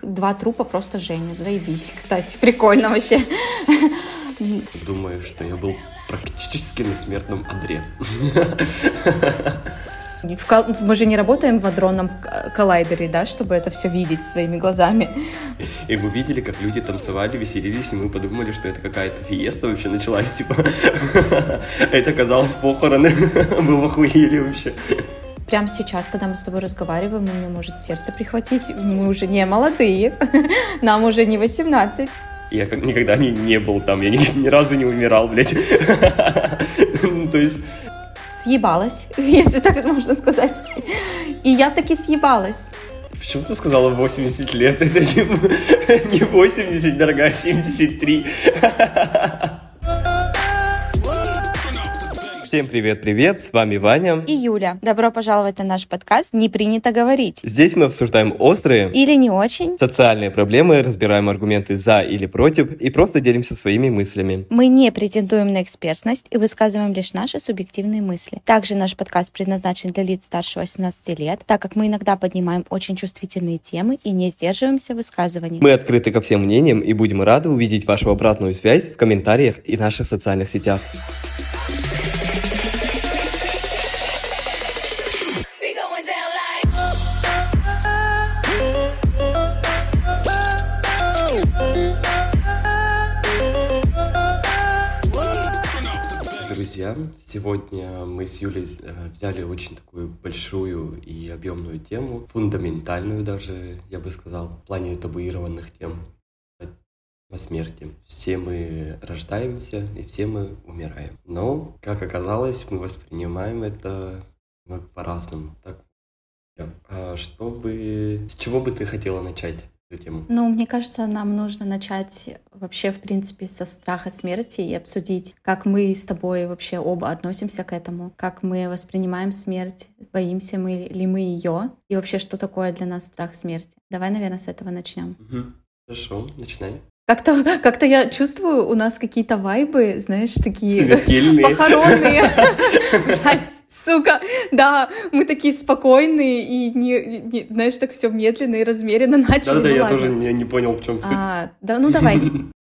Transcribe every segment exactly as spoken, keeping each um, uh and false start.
два трупа просто женят. Заебись, кстати, прикольно вообще. Думаю, что я был практически на смертном одре. Мы же не работаем в адронном коллайдере, да, чтобы это все видеть своими глазами. И мы видели, как люди танцевали, веселились, и мы подумали, что это какая-то фиеста вообще началась, типа. Это казалось похороны. Мы охуели вообще. Прямо сейчас, когда мы с тобой разговариваем, у меня может сердце прихватить. Мы уже не молодые, нам уже не восемнадцать. Я как никогда не, не был там, я ни, ни разу не умирал, блядь. То есть... Съебалась, если так можно сказать. И я таки съебалась. Почему ты сказала восемьдесят лет? Это не восемьдесят, дорогая, семьдесят три. Всем привет-привет, с вами Ваня и Юля. Добро пожаловать на наш подкаст «Не принято говорить». Здесь мы обсуждаем острые или не очень социальные проблемы, разбираем аргументы за или против и просто делимся своими мыслями. Мы не претендуем на экспертность и высказываем лишь наши субъективные мысли. Также наш подкаст предназначен для лиц старше восемнадцати лет, так как мы иногда поднимаем очень чувствительные темы и не сдерживаемся в высказываниях. Мы открыты ко всем мнениям и будем рады увидеть вашу обратную связь в комментариях и наших социальных сетях. Друзья, сегодня мы с Юлей взяли очень такую большую и объемную тему, фундаментальную даже, я бы сказал, в плане табуированных тем о смерти. Все мы рождаемся и все мы умираем. Но, как оказалось, мы воспринимаем это немного по-разному. Так, а что бы... С чего бы ты хотела начать эту тему? Ну, мне кажется, нам нужно начать вообще, в принципе, со страха смерти и обсудить, как мы с тобой вообще оба относимся к этому, как мы воспринимаем смерть, боимся мы ли мы ее, и вообще, что такое для нас страх смерти. Давай, наверное, с этого начнем. Угу. Хорошо, начинай. Как-то, как-то я чувствую, у нас какие-то вайбы, знаешь, такие Смертельные. Похоронные. Блядь, сука, да, мы такие спокойные и, не, не, знаешь, так все медленно и размеренно начали. Да-да, ну, я ладно. тоже не, не понял, в чем суть. А, да, ну давай.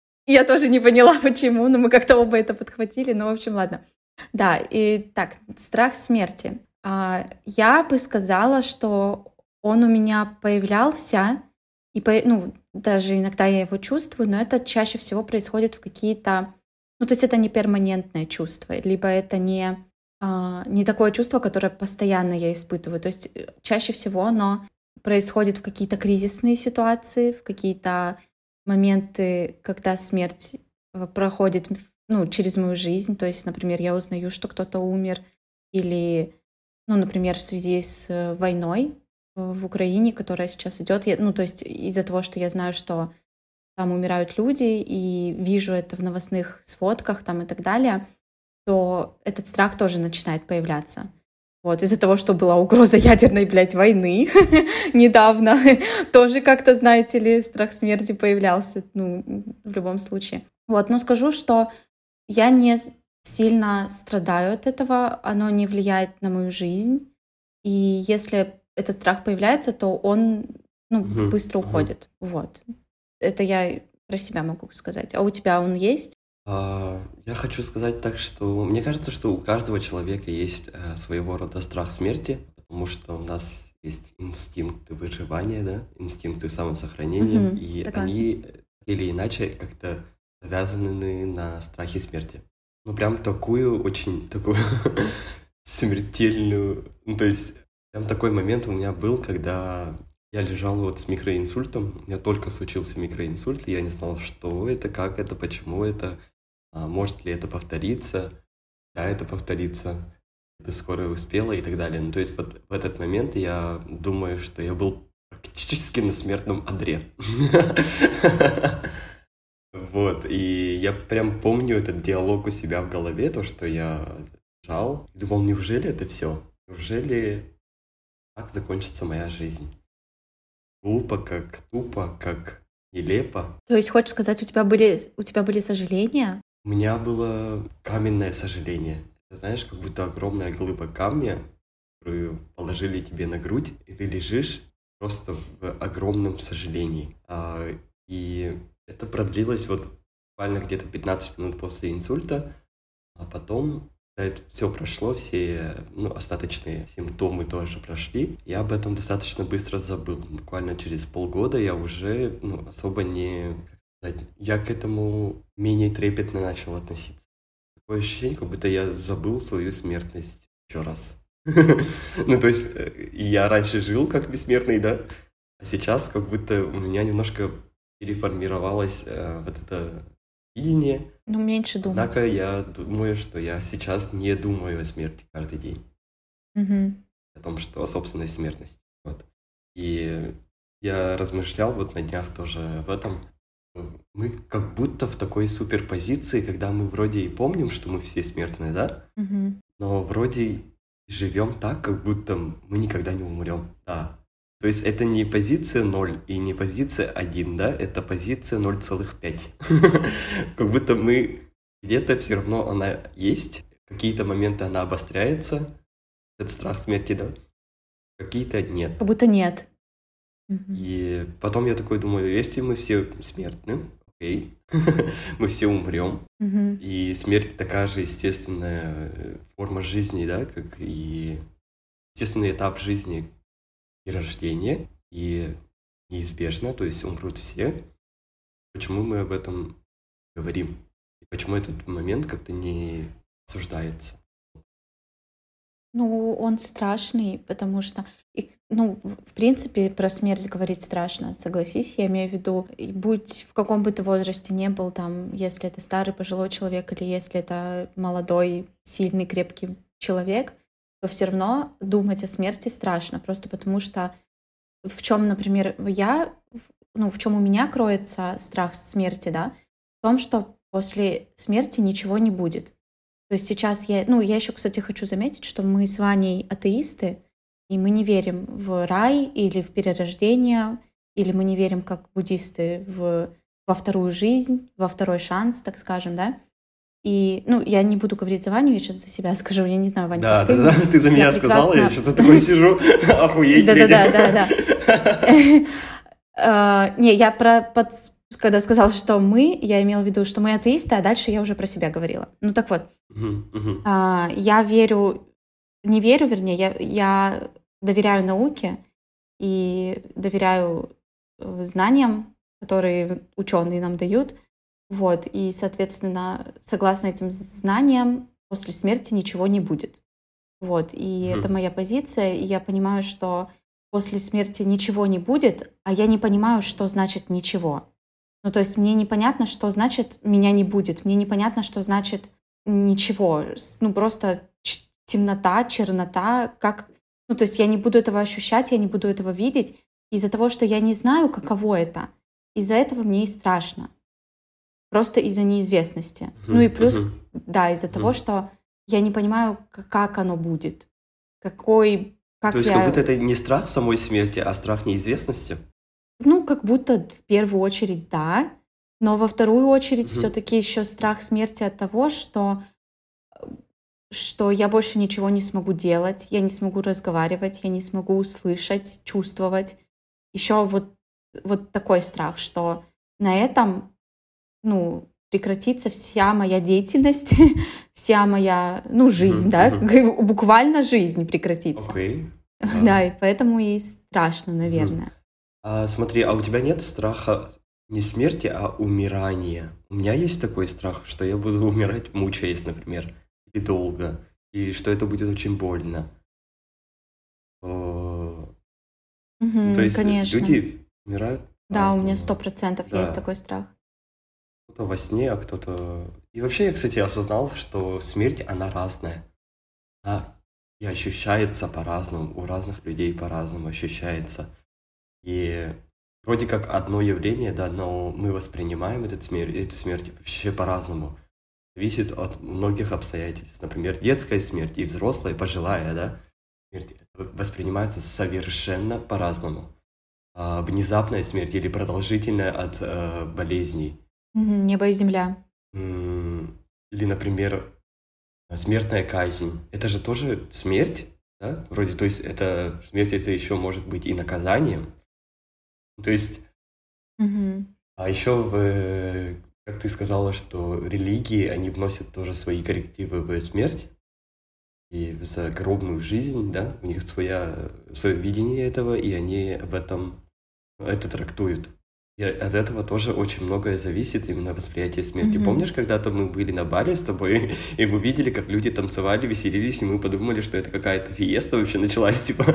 Я тоже не поняла, почему, но мы как-то оба это подхватили, ну, в общем, ладно. Да, и так, страх смерти. А, я бы сказала, что он у меня появлялся, и, по, ну, даже иногда я его чувствую, но это чаще всего происходит в какие-то... Ну, то есть это не перманентное чувство, либо это не, а, не такое чувство, которое постоянно я испытываю. То есть чаще всего оно происходит в какие-то кризисные ситуации, в какие-то моменты, когда смерть проходит, ну, через мою жизнь. То есть, например, я узнаю, что кто-то умер, или, ну, например, в связи с войной в Украине, которая сейчас идет, ну, то есть из-за того, что я знаю, что там умирают люди, и вижу это в новостных сводках там и так далее, то этот страх тоже начинает появляться. Вот, из-за того, что была угроза ядерной, блядь, войны недавно, тоже как-то, знаете ли, страх смерти появлялся, ну, в любом случае. Вот, но скажу, что я не сильно страдаю от этого, оно не влияет на мою жизнь, и если этот страх появляется, то он, ну, uh-huh. быстро уходит. Uh-huh. Вот. Это я про себя могу сказать. А у тебя он есть? Uh, я хочу сказать так, что мне кажется, что у каждого человека есть uh, своего рода страх смерти, потому что у нас есть инстинкты выживания, да, инстинкты самосохранения, uh-huh. и Согласна. Они или иначе как-то завязаны на страхе смерти. Ну, прям такую, очень такую смертельную, ну, то есть прям такой момент у меня был, когда я лежал вот с микроинсультом. У меня только случился микроинсульт, и я не знал, что это, как это, почему это, а может ли это повториться, да, это повторится, скоро успела и так далее. Ну, то есть вот в этот момент я думаю, что я был практически на смертном одре. Вот, и я прям помню этот диалог у себя в голове, то, что я лежал и думал, неужели это все? Неужели так закончится моя жизнь? Глупо, как тупо, как нелепо. То есть, хочешь сказать, у тебя были, у тебя были сожаления? У меня было каменное сожаление. Знаешь, как будто огромная глыба камня, которую положили тебе на грудь, и ты лежишь, просто в огромном сожалении. А, И это продлилось вот буквально где-то пятнадцать минут после инсульта, а потом, когда это все прошло, все ну, остаточные симптомы тоже прошли, я об этом достаточно быстро забыл. Буквально через полгода я уже ну, особо не... как сказать, я к этому менее трепетно начал относиться. Такое ощущение, как будто я забыл свою смертность еще раз. Ну, то есть, э, я раньше жил как бессмертный, да, а сейчас как будто у меня немножко переформировалось э, вот это видение. Ну, меньше думать. Однако я думаю, что я сейчас не думаю о смерти каждый день, Мгм. о том, что о собственной смертности. Вот. И я размышлял вот на днях тоже в этом. Мы как будто в такой суперпозиции, когда мы вроде и помним, что мы все смертные, да? Мгм. Но вроде живем так, как будто мы никогда не умрем. Да. То есть это не позиция ноль и не позиция один, да? Это позиция ноль целых пять. Как будто мы где-то все равно она есть. Какие-то моменты она обостряется. Этот страх смерти, да? Какие-то нет. Как будто нет. Мгм. И потом я такой думаю, если мы все смертны, окей, мы все умрем, Мгм. и смерть такая же естественная э, форма жизни, да, как и естественный этап жизни и рождения, и неизбежно, то есть умрут все. Почему мы об этом говорим? И почему этот момент как-то не обсуждается? Ну, он страшный, потому что, и, ну, в принципе, про смерть говорить страшно, согласись, я имею в виду, и будь в каком бы ты возрасте не был, там, если это старый пожилой человек или если это молодой, сильный, крепкий человек, то все равно думать о смерти страшно, просто потому что в чем, например, я, ну, в чем у меня кроется страх смерти, да, в том, что после смерти ничего не будет. То есть сейчас я, ну, я еще, кстати, хочу заметить, что мы с Ваней атеисты, и мы не верим в рай или в перерождение, или мы не верим, как буддисты, в, во вторую жизнь, во второй шанс, так скажем, да. И, ну, я не буду говорить за Ваню, я сейчас за себя скажу, я не знаю, Ваня, Да, как ты. да, да, ты за Я меня сказала, я прекрасно... что-то такое сижу, охуеть, Да-да-да, блядь. да-да. А, Не, я про... под- Когда сказала, что мы, я имела в виду, что мы атеисты, а дальше я уже про себя говорила. Ну так вот, Мгм, мгм. а, я верю, не верю, вернее, я, я доверяю науке и доверяю э, знаниям, которые ученые нам дают. Вот, и, соответственно, согласно этим знаниям, после смерти ничего не будет. Вот, и это Мгм. моя позиция, и я понимаю, что после смерти ничего не будет, а я не понимаю, что значит ничего. Ну, то есть мне непонятно, что значит меня не будет, мне непонятно, что значит ничего, С- ну, просто ч- темнота, чернота, как... Ну, то есть я не буду этого ощущать, я не буду этого видеть из-за того, что я не знаю, каково это. Из-за этого мне и страшно. Просто из-за неизвестности. Ну и Мгм, плюс, мгм, да, из-за того, мгм. что я не понимаю, к- как оно будет. Какой... То Как есть как будто я... это не страх самой смерти, а страх неизвестности? Ну, как будто в первую очередь, да. Но во вторую очередь Мгм. все-таки еще страх смерти от того, что что я больше ничего не смогу делать, я не смогу разговаривать, я не смогу услышать, чувствовать. Еще вот, вот такой страх, что на этом, ну, прекратится вся моя деятельность, вся моя, ну, жизнь, Мгм, да, мгм. буквально жизнь прекратится. Окей. Да, Да. и поэтому и страшно, Мгм. наверное. А, смотри, а у тебя нет страха не смерти, а умирания? У меня есть такой страх, что я буду умирать, мучаясь, например, и долго, и что это будет очень больно. О, Ну, то Мгм, есть конечно. люди умирают Да, у меня сто по-разному. процентов есть Да, такой страх. кто-то во сне, а кто-то... И вообще я, кстати, осознал, что смерть, она разная. Она и ощущается по-разному, у разных людей по-разному ощущается. И вроде как одно явление, да, но мы воспринимаем этот смерть, эту смерть вообще по-разному. Зависит от многих обстоятельств. Например, детская смерть и взрослая, пожилая, да, смерть воспринимаются совершенно по-разному. А внезапная смерть или продолжительная от э, болезней. Мгм, небо и земля. М, Или, например, смертная казнь. Это же тоже смерть, да? Вроде, то есть это смерть это еще может быть и наказанием. То есть, Мгм. а еще в, как ты сказала, что религии, они вносят тоже свои коррективы в смерть и в загробную жизнь, да? У них своя, свое видение этого, и они об этом это трактуют. И от этого тоже очень многое зависит, именно восприятие смерти. Мгм. Помнишь, когда-то мы были на Бали с тобой, и мы видели, как люди танцевали, веселились, и мы подумали, что это какая-то фиеста вообще началась, типа.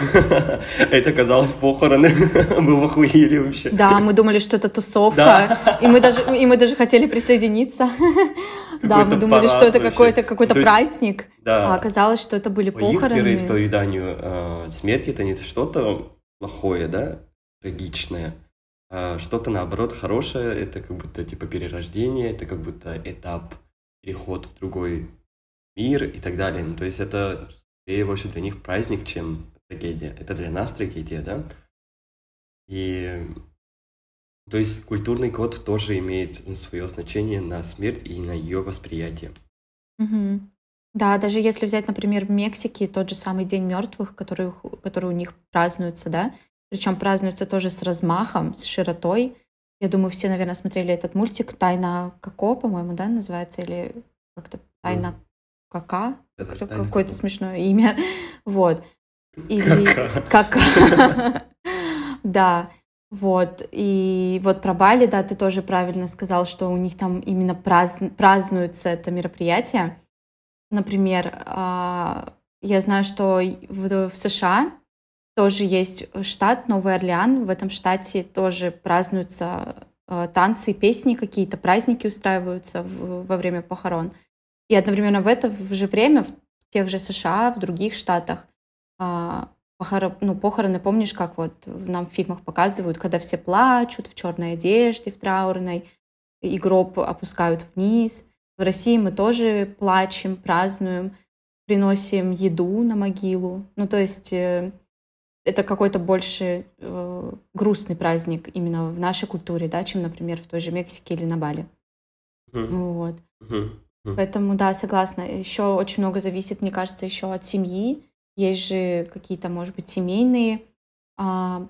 Это казалось похороны. Мы в охуели вообще. Да, мы думали, что это тусовка, Да. и мы даже, и мы даже хотели присоединиться. Да, мы Какой-то думали, что парад это вообще. какой-то какой-то То есть, праздник, а да, оказалось, что это были по их похороны. вероисповеданию э, смерть это не что-то плохое, да, трагичное, а что-то наоборот хорошее, это как будто типа перерождение, это как будто этап, переход в другой мир и так далее. Ну, то есть это скорее больше для них праздник, чем трагедия. Это для нас трагедия, да? И то есть культурный код тоже имеет свое значение на смерть и на ее восприятие. Мгм. Да, даже если взять, например, в Мексике тот же самый День мертвых, который, у ху- который у них празднуется, да, причем празднуется тоже с размахом, с широтой. Я думаю, все, наверное, смотрели этот мультик «Тайна Коко», по-моему, да, называется, или как-то Ну, «Тайна Кака», это Какое- тайна какое-то какого? смешное имя, вот. Или Кака. Кака. Да, вот. И вот про Бали, да, ты тоже правильно сказал, что у них там именно празн- празднуется это мероприятие. Например, а, я знаю, что и в в США тоже есть штат Новый Орлеан. В этом штате тоже празднуются э, танцы и песни, какие-то праздники устраиваются в- во время похорон. И одновременно в это в же время в тех же США, в других штатах а, похоро- ну, похороны, помнишь, как вот нам в фильмах показывают, когда все плачут в черной одежде, в траурной, и гроб опускают вниз. В России мы тоже плачем, празднуем, приносим еду на могилу. Ну, то есть э, это какой-то больше э, грустный праздник именно в нашей культуре, да, чем, например, в той же Мексике или на Бали. Мгм. Вот. Мгм. Мгм. Поэтому, да, согласна. Еще очень много зависит, мне кажется, еще от семьи. Есть же какие-то, может быть, семейные а,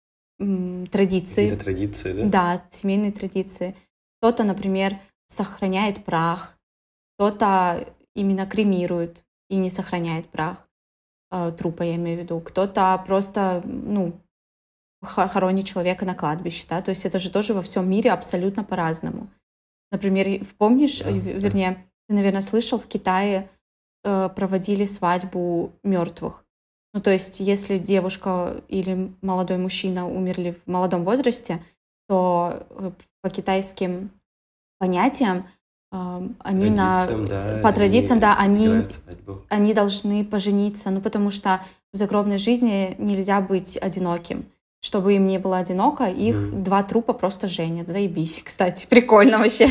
м, Какие-то традиции. традиции, да? Да, семейные традиции. Кто-то, например, сохраняет прах, кто-то именно кремирует и не сохраняет прах, э, трупа, я имею в виду. Кто-то просто, ну, хо- хоронит человека на кладбище, да, то есть это же тоже во всем мире абсолютно по-разному. Например, и помнишь, э, Да, в- да. вернее, ты, наверное, слышал, в Китае э, проводили свадьбу мертвых. Ну, то есть, если девушка или молодой мужчина умерли в молодом возрасте, то э, по китайским понятиям э, они на, Традициям, да, по традициям, они да, они, собирают свадьбу. они должны пожениться, ну, потому что в загробной жизни нельзя быть одиноким. Чтобы им не было одиноко, их Мгм. два трупа просто женят. Заебись, кстати, прикольно вообще.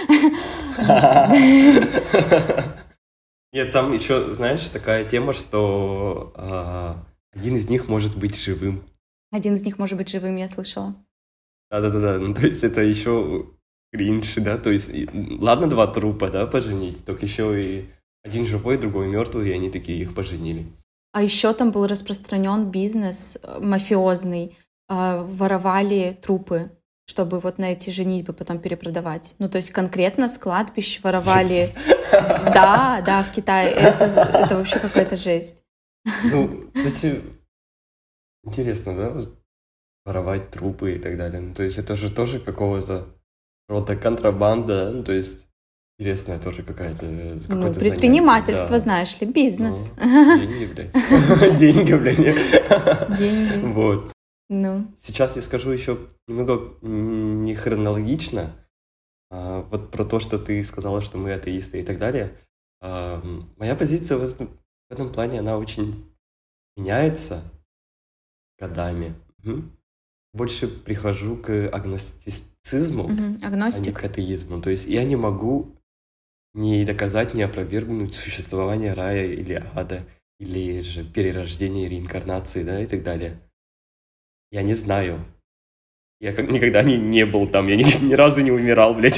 Нет, там еще, знаешь, такая тема, что а, один из них может быть живым. Один из них может быть живым, я слышала. Да-да-да, ну то есть это еще кринж, да, то есть и- ладно два трупа, да, поженить, только еще и один живой, другой мертвый, и они такие их поженили. А еще там был распространен бизнес э, мафиозный. Э, Воровали трупы, чтобы вот на эти женитьбы потом перепродавать. Ну, то есть конкретно с кладбищ воровали. Да, да, в Китае. Это, это вообще какая-то жесть. Ну, кстати, интересно, да, вот воровать трупы и так далее. Ну, то есть это же тоже какого-то рода контрабанда, ну, то есть интересная тоже какая-то, э, Ну, какое-то предпринимательство, занятие, да. знаешь ли, бизнес. Ну, деньги, блядь. Деньги, блядь. Деньги. Вот. Ну, Сейчас я скажу еще немного м, не хронологично, а, вот про то, что ты сказала, что мы атеисты и так далее. А, м, Моя позиция в этом, в этом плане, она очень меняется годами. Мгм. Больше прихожу к агностицизму, мгм, а не агностик. к атеизму. То есть я не могу ни доказать, ни опровергнуть существование рая или ада, или же перерождения, реинкарнации, да, и так далее. Я не знаю. Я как никогда не, не был там, я ни, ни разу не умирал, блядь.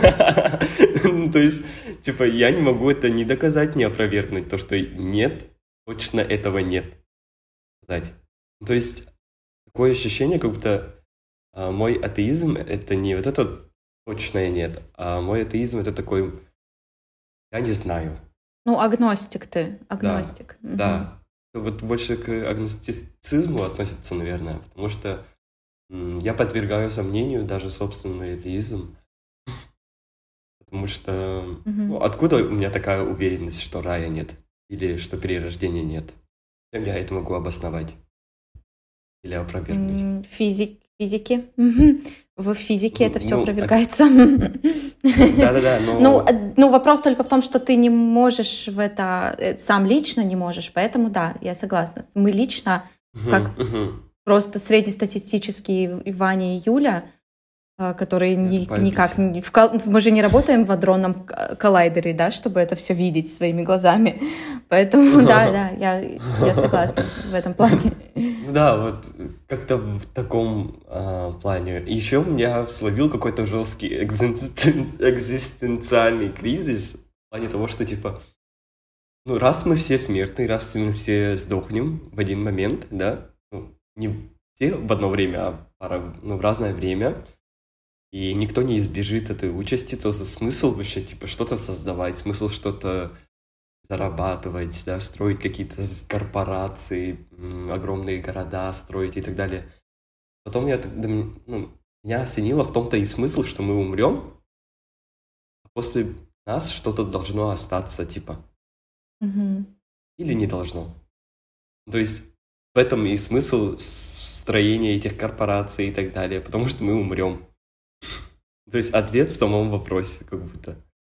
Ну, то есть, типа, я не могу это ни доказать, ни опровергнуть. То, что нет, точно этого нет. Знаете. То есть такое ощущение, как будто а, мой атеизм — это не вот это точное нет, а мой атеизм — это такой, я не знаю. Ну, агностик ты, Да, агностик. Мгм. да. Вот больше к агностицизму относится, наверное, потому что м, я подвергаю сомнению даже собственный атеизм, потому что ну, Мгм. откуда у меня такая уверенность, что рая нет или что перерождения нет? Чем я это могу обосновать или опровергнуть? М, Физик, физики. Мгм. В физике это М, все Ну, а- опровергается. да-да-да, Ну, но э, ну, вопрос только в том, что ты не можешь в это, э, сам лично не можешь, поэтому да, я согласна. Мы лично, как Мгм, мгм. просто среднестатистический Ваня и Юля, а, которые Я ни- тупая никак пися. не... в кол- Мы же не работаем в адронном к- коллайдере, да, чтобы это все видеть своими глазами. Поэтому да, да, я, я согласна в этом плане. Ну да, вот как-то в таком а, плане. Еще у меня словил какой-то жесткий экзистен- экзистенциальный кризис в плане того, что типа, ну раз мы все смертны, раз мы все сдохнем в один момент, да, ну, не все в одно время, а пара, ну, в разное время, и никто не избежит этой участи, то за смысл вообще, типа, что-то создавать, смысл что-то зарабатывать, да, строить какие-то з- корпорации, м, огромные города строить и так далее. Потом я, тогда м, ну, меня осенило в том-то и смысл, что мы умрем, а после нас что-то должно остаться, типа, Мгм. или не должно. То есть в этом и смысл с- строения этих корпораций и так далее, потому что мы умрем. То есть ответ в самом вопросе, как будто.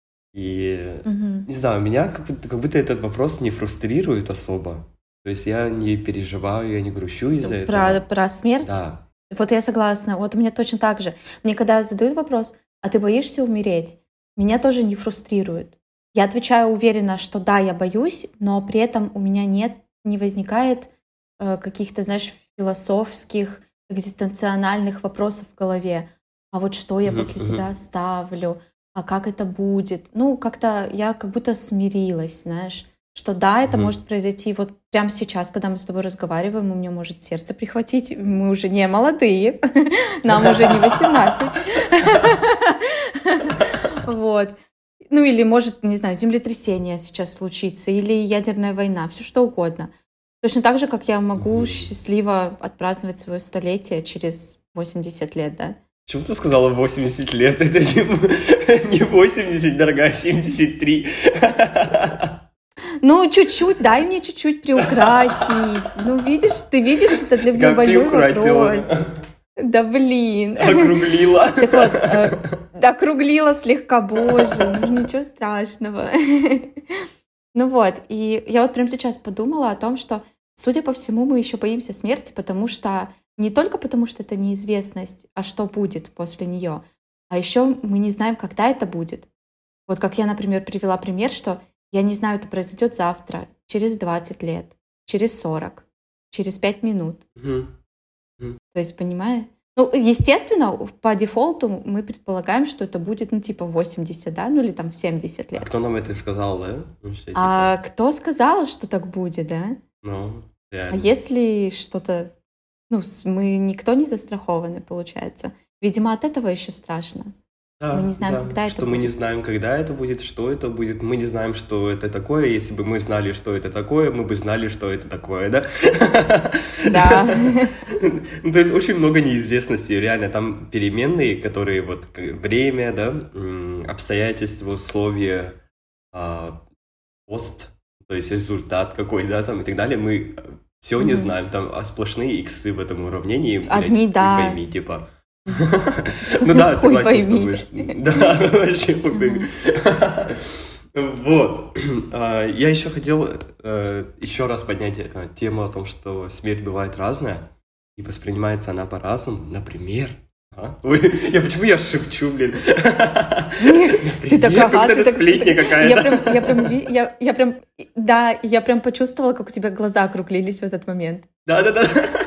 И Мгм. не знаю, меня как будто, как будто этот вопрос не фрустрирует особо. То есть я не переживаю, я не грущу из-за Про, этого. про смерть? Да. Вот я согласна. Вот у меня точно так же. Мне когда задают вопрос, а ты боишься умереть? Меня тоже не фрустрирует. Я отвечаю уверенно, что да, я боюсь, но при этом у меня нет, не возникает э, каких-то, знаешь, философских, экзистенциональных вопросов в голове. А вот что я Мгм, после себя мгм, оставлю? А как это будет? Ну, как-то я как будто смирилась, знаешь, что да, это мгм. может произойти вот прямо сейчас, когда мы с тобой разговариваем, у меня может сердце прихватить, мы уже не молодые, нам уже не восемнадцать. Вот. Ну или может, не знаю, землетрясение сейчас случится, или ядерная война, все что угодно. Точно так же, как я могу Мгм. счастливо отпраздновать свое столетие через восемьдесят лет, да? Почему ты сказала восемьдесят лет? Это не, не восемьдесят, дорогая, семьдесят три. Ну, чуть-чуть, дай мне чуть-чуть приукрасить. Ну, видишь, ты видишь, это для меня Как ты больной украсила? вопрос. Да блин. Округлила. Так вот, э, округлила слегка, боже, ну ничего страшного. Ну вот, и я вот прямо сейчас подумала о том, что, судя по всему, мы еще боимся смерти, потому что не только потому, что это неизвестность, а что будет после нее, а еще мы не знаем, когда это будет. Вот как я, например, привела пример, что я не знаю, это произойдет завтра, через двадцать лет, через сорок, через пять минут. Мгм, мгм. То есть, понимаешь? Ну, естественно, по дефолту мы предполагаем, что это будет, ну, типа восемьдесят, да, ну или там в семьдесят А лет. кто нам это сказал, да? Ну, что, типа, А кто сказал, что так будет, да? ну, А реально. если что-то, ну, с- мы никто не застрахованы, получается. Видимо, от этого еще страшно. Мы не Да, знаем, да, когда это что мы не будет. знаем, когда это будет, что это будет. Мы не знаем, что это такое. Если бы мы знали, что это такое, мы бы знали, что это такое, да? Да. Ну, то есть очень много неизвестностей, реально. Там переменные, которые вот к- время, да, м, обстоятельства, условия, а, пост, то есть результат какой, да, там и так далее. Мы все не Мгм. знаем. Там а, сплошные иксы в этом уравнении. блядь, Одни, хуй да. пойми, типа. Ну да, Хуй согласен с пойми. тобой. что- Да, вообще хуй пойми. Вот. А, Я еще хотел э, еще раз поднять э, тему о том, что смерть бывает разная, и воспринимается она по-разному. Например, а? Ой, я почему я шепчу, блин? Ты Например, так, как ага, будто ты это так... сплетня Я какая-то. прям, я прям, ви- я, я прям, да, я прям почувствовала, как у тебя глаза округлились в этот момент. Да-да-да.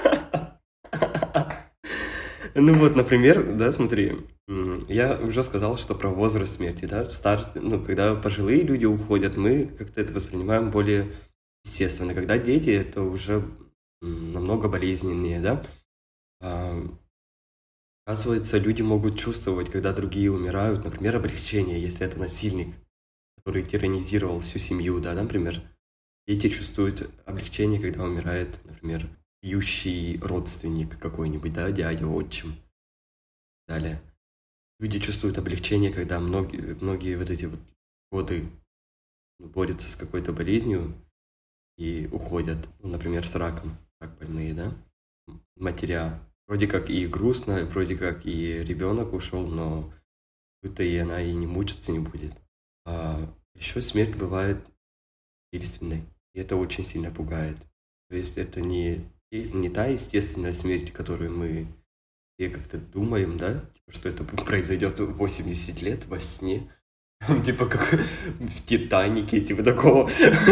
Ну вот, например, да, смотри, м, я уже сказал, что про возраст смерти, да, стар, ну, когда пожилые люди уходят, мы как-то это воспринимаем более естественно. Когда дети, это уже м, намного болезненнее, да? А, Оказывается, люди могут чувствовать, когда другие умирают, например, облегчение, если это насильник, который тиранизировал всю семью, да, например. Дети чувствуют облегчение, когда умирает, например, пьющий родственник какой-нибудь, да, дядя, отчим, далее. Люди чувствуют облегчение, когда многие, многие вот эти вот годы борются с какой-то болезнью и уходят, ну, например, с раком, рак больные, да, матеря. Вроде как и грустно, вроде как и ребенок ушел, но будто и она и не мучиться не будет. А еще смерть бывает насильственной, и это очень сильно пугает. То есть это не, не та естественная смерть, которую мы все как-то думаем, да, типа, что это произойдет в восемьдесят лет во сне, типа как в «Титанике», типа такого.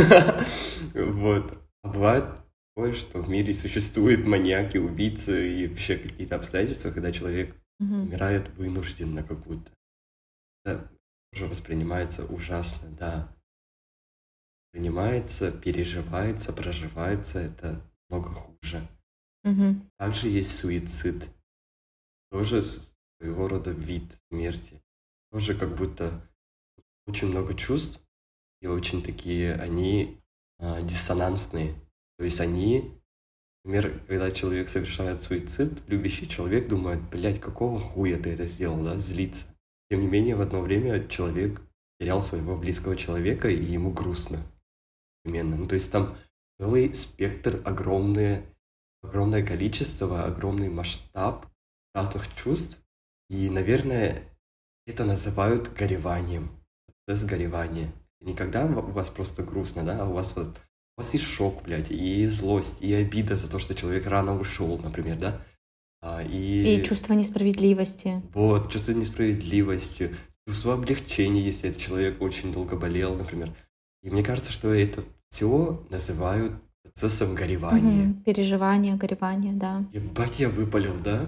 Вот. А бывает такое, что в мире существуют маньяки, убийцы и вообще какие-то обстоятельства, когда человек Мгм. умирает вынужденно как будто. Это тоже воспринимается ужасно, да. Принимается, переживается, проживается, это много хуже. Мгм. Также есть суицид, тоже своего рода вид смерти. Тоже как будто очень много чувств, и очень такие они а, диссонансные. То есть они, например, когда человек совершает суицид, любящий человек думает, блядь, какого хуя ты это сделал, да, злится. Тем не менее, в одно время человек терял своего близкого человека, и ему грустно. Именно. Ну, то есть там целый спектр, огромное, огромное количество, огромный масштаб разных чувств. И, наверное, это называют гореванием. Процесс горевания. Не когда у вас просто грустно, да, а у вас вот у вас и шок, блядь, и злость, и обида за то, что человек рано ушел, например, да. А, И и чувство несправедливости. вот, чувство несправедливости, чувство облегчения, если этот человек очень долго болел, например. И мне кажется, что это все называют процессом горевания. Мгм. Переживание, горевание, да. Ебать, я выпалил, да?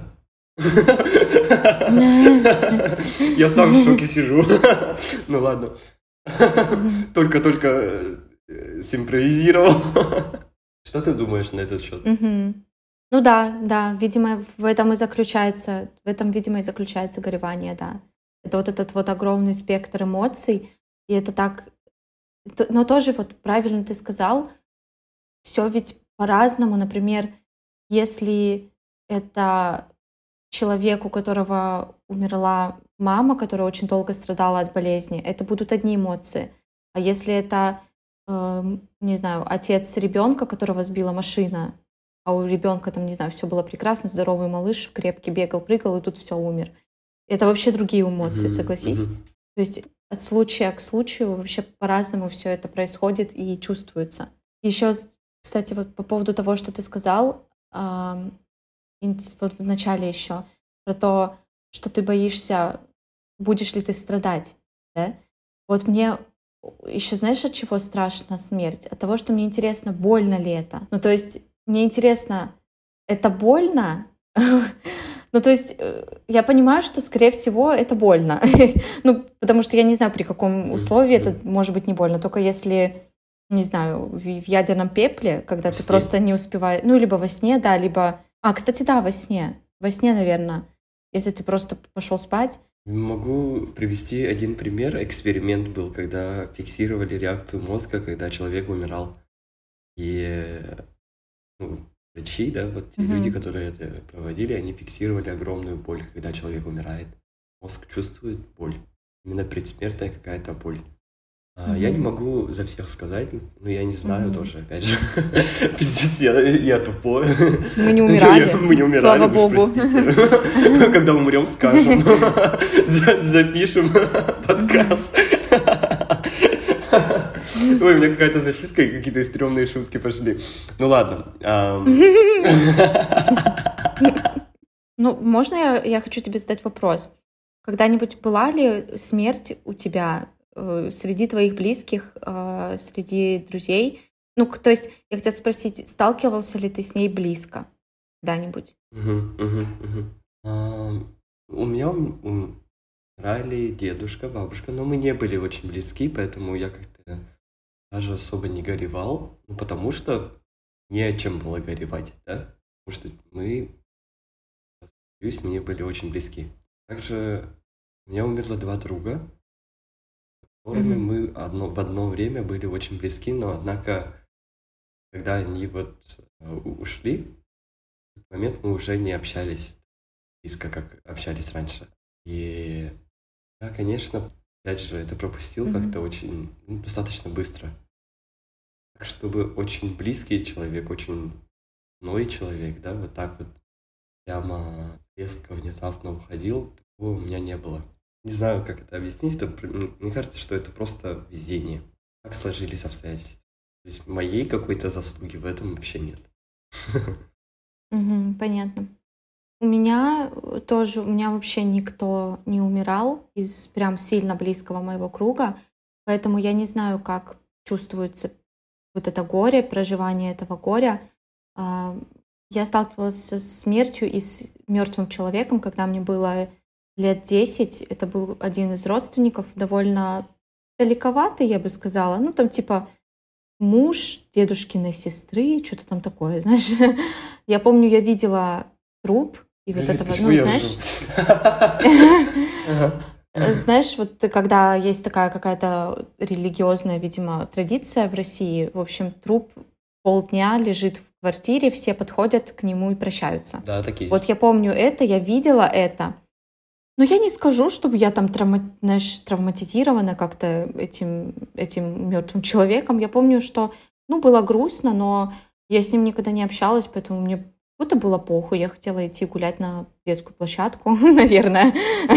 Я сам в шоке сижу. Ну ладно. Мгм. Только-только э, симпровизировал. Что ты думаешь на этот счет? Мгм. Ну да, да, видимо, в этом и заключается, в этом, видимо, и заключается горевание, да. Это вот этот вот огромный спектр эмоций, и это так, т- но тоже вот правильно ты сказал, все ведь по-разному. Например, если это человек, у которого умерла мама, которая очень долго страдала от болезни, это будут одни эмоции. А если это, эм, не знаю, отец ребенка, которого сбила машина, а у ребенка там, не знаю, все было прекрасно, здоровый малыш, крепкий, бегал, прыгал, и тут все умер. Это вообще другие эмоции, Мгм, согласись? мгм. То есть от случая к случаю вообще по-разному все это происходит и чувствуется. Еще, кстати, вот по поводу того, что ты сказал, ам, инс- вот в начале еще, про то, что ты боишься, будешь ли ты страдать, да? Вот мне еще, знаешь, от чего страшна смерть? От того, что мне интересно, больно ли это. Ну, то есть мне интересно, это больно? Ну, то есть э, я понимаю, что, скорее всего, это больно. Ну, потому что я не знаю, при каком условии это Мгм. может быть не больно. Только если, не знаю, в в ядерном пепле, когда Во ты сне. просто не успеваешь... Ну, либо во сне, да, либо... А, кстати, да, во сне. Во сне, наверное. Если ты просто пошел спать. Могу привести один пример. Эксперимент был, когда фиксировали реакцию мозга, когда человек умирал. И ну, врачи, да, вот те люди, Мгм. которые это проводили, они фиксировали огромную боль, когда человек умирает. Мозг чувствует боль. Именно предсмертная какая-то боль. А, Я не Мгм. могу за всех сказать, но я не знаю Мгм. тоже, опять же. Пиздец, я, я тупой. Мы не умирали, Мы не умирали, слава уж богу. простите. Когда умрем, скажем. За- Запишем подкаст. Ой, у меня какая-то защитка и какие-то стрёмные шутки пошли. Ну ладно. ам. Ну, можно я, я хочу тебе задать вопрос? Когда-нибудь была ли смерть у тебя э, среди твоих близких, э, среди друзей? Ну, к- то есть я хотела спросить, сталкивался ли ты с ней близко когда-нибудь? Мгм, мгм, мгм. Ам, У меня ум- умирали дедушка, бабушка, но мы не были очень близки, поэтому я как-то даже особо не горевал, ну, потому что не о чем было горевать, да? Потому что мы, повторюсь, мне были очень близки. Также у меня умерло два друга, с которыми Мгм. мы одно, в одно время были очень близки, но однако, когда они вот э, у- ушли, в тот момент мы уже не общались близко, как общались раньше. И я, конечно, опять же, это пропустил Мгм. как-то очень, ну, достаточно быстро. Так, чтобы очень близкий человек, очень мой человек, да, вот так вот прямо резко, внезапно уходил, такого у меня не было. Не знаю, как это объяснить, это, пр- м, мне кажется, что это просто везение. Так сложились обстоятельства. То есть моей какой-то заслуги в этом вообще нет. Мгм. Понятно. У меня э, тоже, у меня вообще никто не умирал из прям сильно близкого моего круга, поэтому я не знаю, как чувствуется вот это горе, проживание этого горя. А, Я сталкивалась со смертью и с мертвым человеком, когда мне было лет десять. Это был один из родственников, довольно далековатый, я бы сказала. Ну, там типа муж дедушкиной сестры, что-то там такое, знаешь. Я помню, я видела труп, и вот Блин, этого, почему ну, я ржу? знаешь, Ага. э, знаешь, вот ты когда есть такая какая-то религиозная, видимо, традиция в России, в общем, труп полдня лежит в квартире, все подходят к нему и прощаются. Да, такие Вот есть. я помню это, я видела это, но я не скажу, чтобы я там травма- знаешь, травматизирована как-то этим, этим мертвым человеком. Я помню, что, ну, было грустно, но я с ним никогда не общалась, поэтому мне будто было похуй. Я хотела идти гулять на детскую площадку, наверное,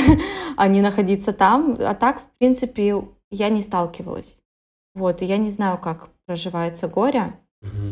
а не находиться там. А так, в принципе, я не сталкивалась. Вот, и я не знаю, как проживается горе. Мгм.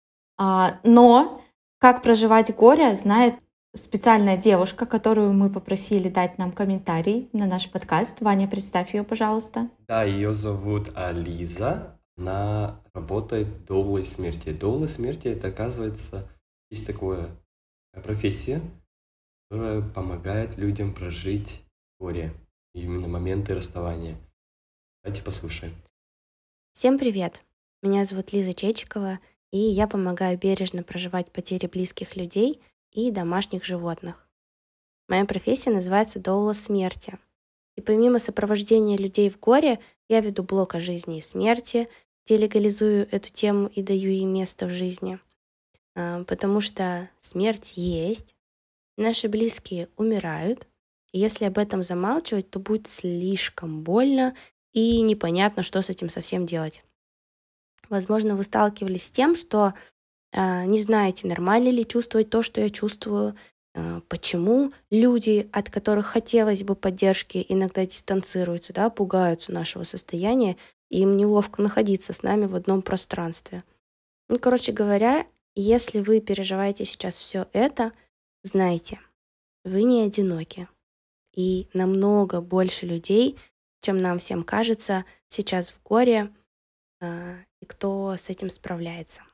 А, но как проживать горе, знает специальная девушка, которую мы попросили дать нам комментарий на наш подкаст. Ваня, представь ее, пожалуйста. Да, ее зовут Ализа. Она работает доулой смерти. Доула смерти — это, оказывается, есть такое э, профессия, которая помогает людям прожить горе, и именно моменты расставания. Давайте послушаем. Всем привет! Меня зовут Лиза Чечикова, и я помогаю бережно проживать потери близких людей и домашних животных. Моя профессия называется доула смерти. И помимо сопровождения людей в горе, я веду блог о жизни и смерти, где легализую эту тему и даю ей место в жизни. А, Потому что смерть есть, наши близкие умирают, и если об этом замалчивать, то будет слишком больно и непонятно, что с этим совсем делать. Возможно, вы сталкивались с тем, что а, не знаете, нормально ли чувствовать то, что я чувствую, а, почему люди, от которых хотелось бы поддержки, иногда дистанцируются, да, пугаются нашего состояния, и им неловко находиться с нами в одном пространстве. Ну, короче говоря, если вы переживаете сейчас все это, знайте, вы не одиноки. И намного больше людей, чем нам всем кажется, сейчас в горе, а, и кто с этим справляется.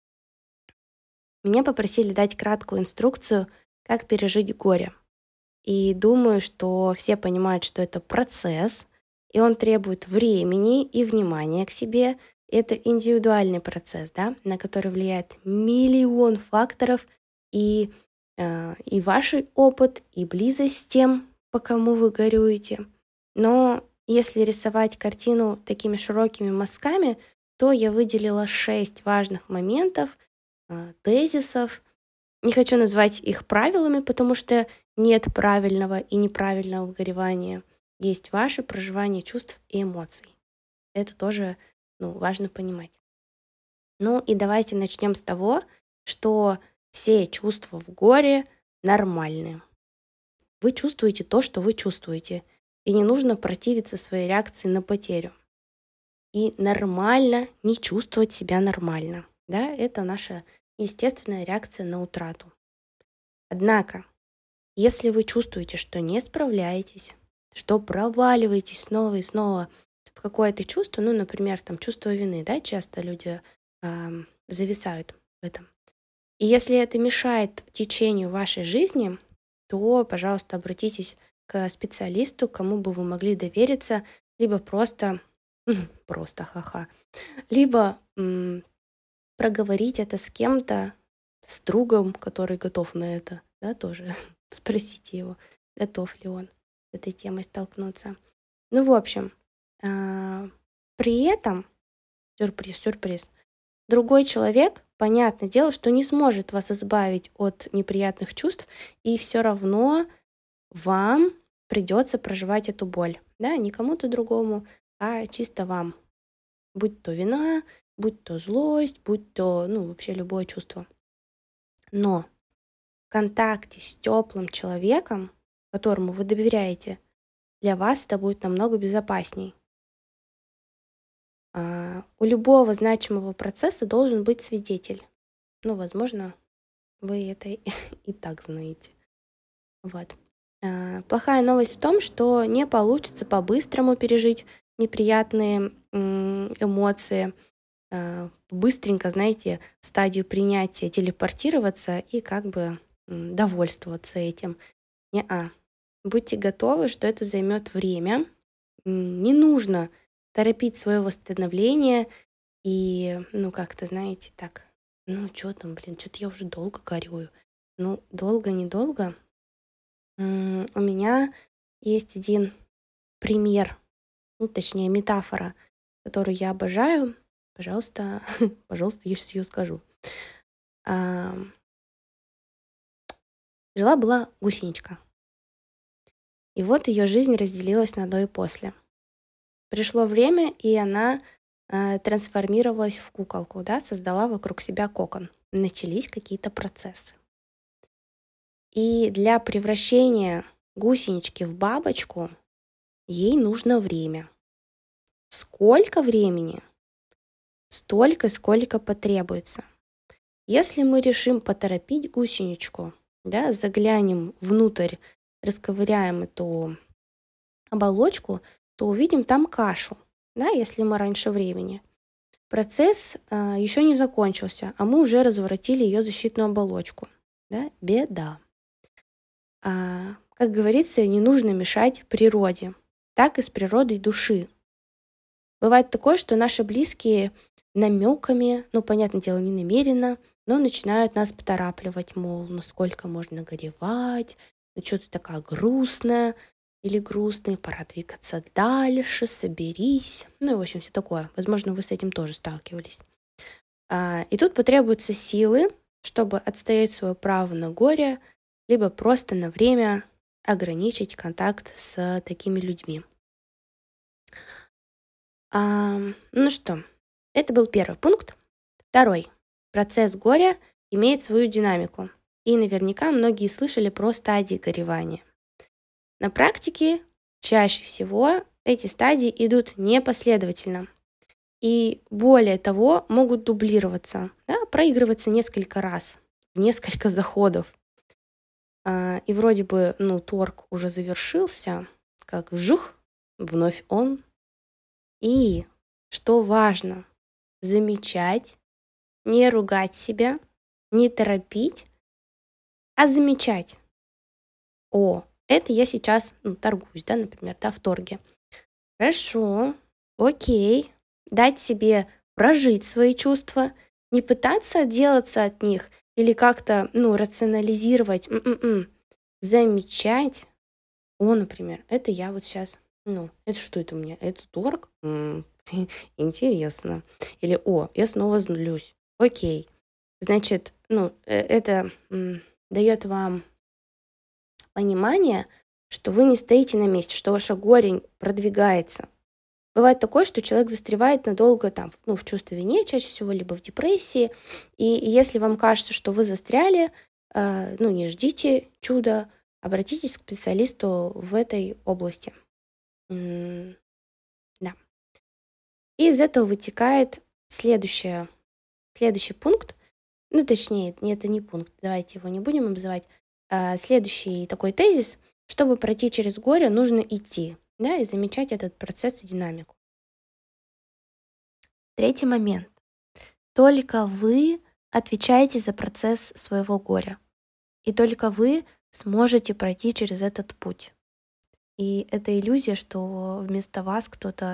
Меня попросили дать краткую инструкцию, как пережить горе. И думаю, что все понимают, что это процесс, и он требует времени и внимания к себе. Это индивидуальный процесс, да, на который влияет миллион факторов, и, э, и ваш опыт, и близость с тем, по кому вы горюете. Но если рисовать картину такими широкими мазками, то я выделила шесть важных моментов, а, тезисов. Не хочу назвать их правилами, потому что нет правильного и неправильного горевания. Есть ваше проживание чувств и эмоций. Это тоже, ну, важно понимать. Ну и давайте начнем с того, что все чувства в горе нормальны. Вы чувствуете то, что вы чувствуете, и не нужно противиться своей реакции на потерю. И нормально не чувствовать себя нормально. Да, это наша естественная реакция на утрату. Однако, если вы чувствуете, что не справляетесь, что проваливаетесь снова и снова в какое-то чувство, ну, например, там чувство вины, да, часто люди ам, зависают в этом. И если это мешает течению вашей жизни, то, пожалуйста, обратитесь к специалисту, кому бы вы могли довериться, либо просто Просто ха-ха. Либо м, проговорить это с кем-то, с другом, который готов на это, да, тоже спросите его, готов ли он с этой темой столкнуться. Ну, в общем, а, при этом, сюрприз, сюрприз, другой человек, понятное дело, что не сможет вас избавить от неприятных чувств, и все равно вам придется проживать эту боль, да, не кому-то другому, а чисто вам. Будь то вина, будь то злость, будь то, ну, вообще любое чувство. Но в контакте с теплым человеком, которому вы доверяете, для вас это будет намного безопасней. А, у любого значимого процесса должен быть свидетель. Ну, возможно, вы это и, и так знаете. Вот. А, плохая новость в том, что не получится по-быстрому пережить неприятные м, эмоции, а, быстренько, знаете, в стадию принятия телепортироваться и как бы м, довольствоваться этим. Не-а. Будьте готовы, что это займет время. М, Не нужно торопить свое восстановление и, ну, как-то, знаете, так, ну, что там, блин, что-то я уже долго горюю. Ну, долго-недолго. М, У меня есть один пример, ну, точнее, метафора, которую я обожаю. Пожалуйста, пожалуйста, я сейчас ее скажу. А, Жила-была гусеничка. И вот ее жизнь разделилась на до и после. Пришло время, и она э, трансформировалась в куколку, да, создала вокруг себя кокон. Начались какие-то процессы. И для превращения гусенички в бабочку ей нужно время. Сколько времени? Столько, сколько потребуется. Если мы решим поторопить гусеничку, да, заглянем внутрь, расковыряем эту оболочку, то увидим там кашу, да, если мы раньше времени. Процесс а, еще не закончился, а мы уже разворотили ее защитную оболочку. Да? Беда. А, как говорится, не нужно мешать природе. Так и с природой души. Бывает такое, что наши близкие намеками, ну, понятное дело, не намеренно, но начинают нас поторапливать, мол, ну сколько можно горевать, ну что ты такая грустная или грустный, пора двигаться дальше, соберись. Ну и, в общем, все такое. Возможно, вы с этим тоже сталкивались. А, и тут потребуются силы, чтобы отстоять свое право на горе, либо просто на время ограничить контакт с такими людьми. А, ну что, это был первый пункт. Второй. Процесс горя имеет свою динамику. И наверняка многие слышали про стадии горевания. На практике чаще всего эти стадии идут непоследовательно. И более того, могут дублироваться, да, проигрываться несколько раз, несколько заходов. А, и вроде бы, ну, торг уже завершился, как вжух, вновь он. И, что важно, замечать, не ругать себя, не торопить, а замечать. О, это я сейчас, ну, торгуюсь, да, например, да, в торге. Хорошо, окей, дать себе прожить свои чувства, не пытаться отделаться от них или как-то, ну, рационализировать, м-м-м. Замечать. О, например, это я вот сейчас, ну, это что это у меня? Это торг? М, Интересно. Или, о, я снова злюсь. Окей. Значит, ну, э, это м, дает вам понимание, что вы не стоите на месте, что ваше горе продвигается. Бывает такое, что человек застревает надолго там, ну, в чувстве вины чаще всего, либо в депрессии. И если вам кажется, что вы застряли, э, ну, не ждите чуда, обратитесь к специалисту в этой области. М, Да. И из этого вытекает следующее, следующий пункт, ну, точнее, не- это не пункт, давайте его не будем обзывать. А, Следующий такой тезис: чтобы пройти через горе, нужно идти, да, и замечать этот процесс и динамику. Третий момент. Только вы отвечаете за процесс своего горя. И только вы сможете пройти через этот путь. И это иллюзия, что вместо вас кто-то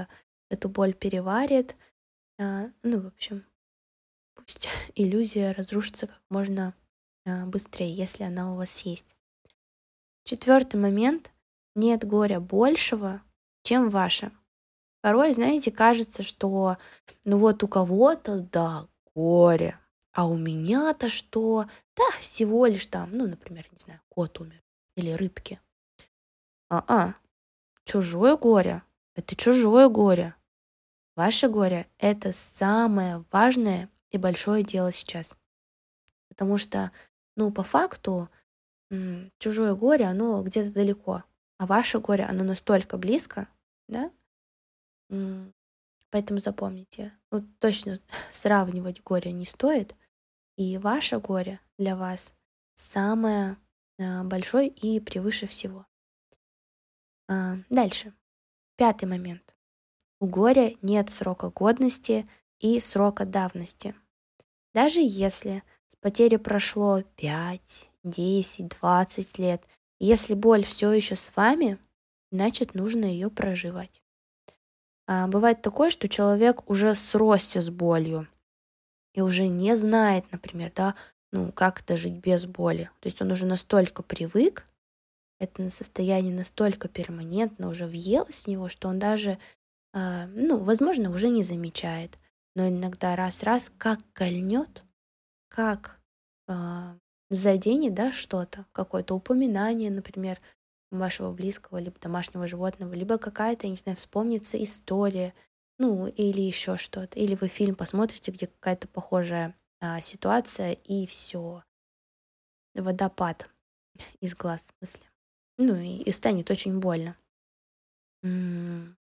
эту боль переварит. А, ну, в общем, пусть иллюзия разрушится как можно а, быстрее, если она у вас есть. Четвертый момент. Нет горя большего, чем ваше. Порой, знаете, кажется, что ну вот у кого-то, да, горе, а у меня-то что? Да, всего лишь там, ну, например, не знаю, кот умер или рыбки. А-а, чужое горе — это чужое горе. Ваше горе — это самое важное и большое дело сейчас. Потому что, ну, по факту, м, чужое горе, оно где-то далеко, а ваше горе, оно настолько близко, да? М, Поэтому запомните, вот точно сравнивать горе не стоит, и ваше горе для вас самое а, большое и превыше всего. А, Дальше. Пятый момент. У горя нет срока годности и срока давности. Даже если с потери прошло пять, десять, двадцать лет, если боль все еще с вами, значит, нужно ее проживать. А бывает такое, что человек уже сросся с болью и уже не знает, например, да, ну, как это жить без боли. То есть он уже настолько привык, это состояние настолько перманентно уже въелось в него, что он даже, а, ну, возможно, уже не замечает. Но иногда раз-раз как кольнет, как а, заденет, да, что-то, какое-то упоминание, например, вашего близкого, либо домашнего животного, либо какая-то, я не знаю, вспомнится история, ну, или еще что-то. Или вы фильм посмотрите, где какая-то похожая а, ситуация, и все, водопад из глаз, в смысле. Ну, и, и станет очень больно. М,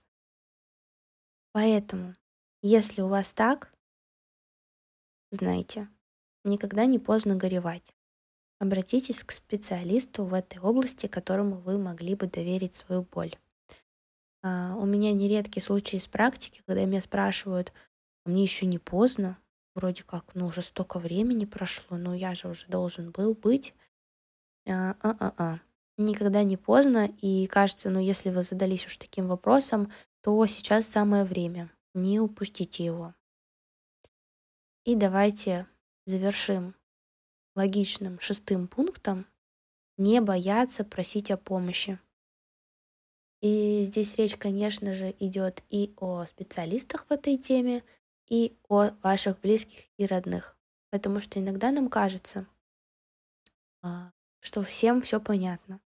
Поэтому, если у вас так, знайте, никогда не поздно горевать. Обратитесь к специалисту в этой области, которому вы могли бы доверить свою боль. А, У меня нередки случаи из практики, когда меня спрашивают, «А мне еще не поздно, вроде как, ну уже столько времени прошло, ну я же уже должен был быть». А, А-а-а. Никогда не поздно, и кажется, ну если вы задались уж таким вопросом, то сейчас самое время, не упустите его. И давайте завершим логичным шестым пунктом: не бояться просить о помощи. И здесь речь, конечно же, идет и о специалистах в этой теме, и о ваших близких и родных. Потому что иногда нам кажется, а, что всем все понятно,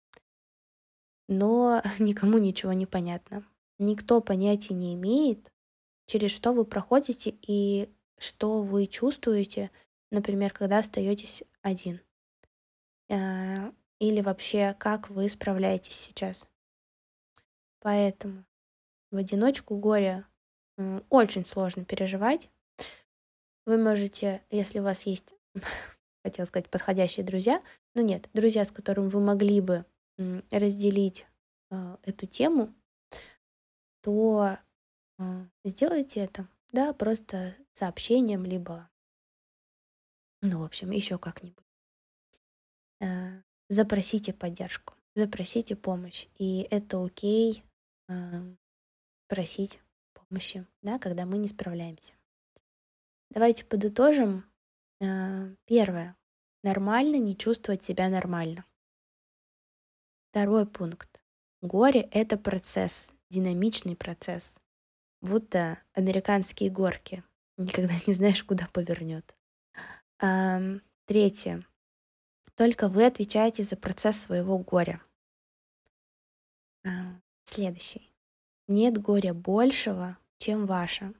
но никому ничего не понятно. Никто понятия не имеет, через что вы проходите и что вы чувствуете, например, когда остаетесь один. А, Или вообще, как вы справляетесь сейчас. Поэтому в одиночку горе м, очень сложно переживать. Вы можете, если у вас есть, хотела сказать, подходящие друзья, но нет, друзья, с которыми вы могли бы м, разделить а, эту тему, то а, сделайте это, да, просто сообщением, либо, ну, в общем, еще как-нибудь. А, Запросите поддержку, запросите помощь, и это окей а, просить помощи, да, когда мы не справляемся. Давайте подытожим. А, Первое. Нормально не чувствовать себя нормально. Второй пункт. Горе — это процесс, динамичный процесс. Будто американские горки. Никогда не знаешь, куда повернет. Ам, Третье. Только вы отвечаете за процесс своего горя. А, Следующий. Нет горя большего, чем ваше.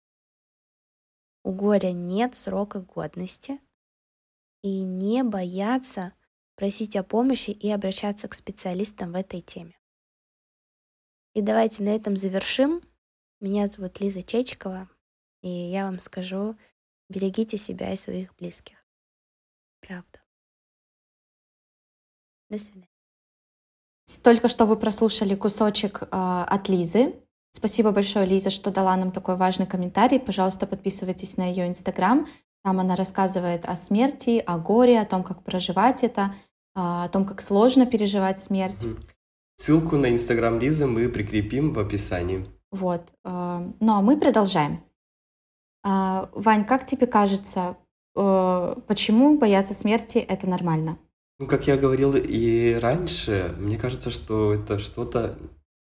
У горя нет срока годности. И не бояться просить о помощи и обращаться к специалистам в этой теме. И давайте на этом завершим. Меня зовут Лиза Чечикова, и я вам скажу, берегите себя и своих близких. Правда. До свидания. Только что вы прослушали кусочек э, от Лизы. Спасибо большое, Лиза, что дала нам такой важный комментарий. Пожалуйста, подписывайтесь на ее Инстаграм. Там она рассказывает о смерти, о горе, о том, как проживать это, о том, как сложно переживать смерть. Ссылку на Инстаграм Лизы мы прикрепим в описании. Вот. э, Но мы продолжаем. А, Вань, как тебе кажется, э, почему бояться смерти — это нормально? Ну, как я говорил и раньше, мне кажется, что это что-то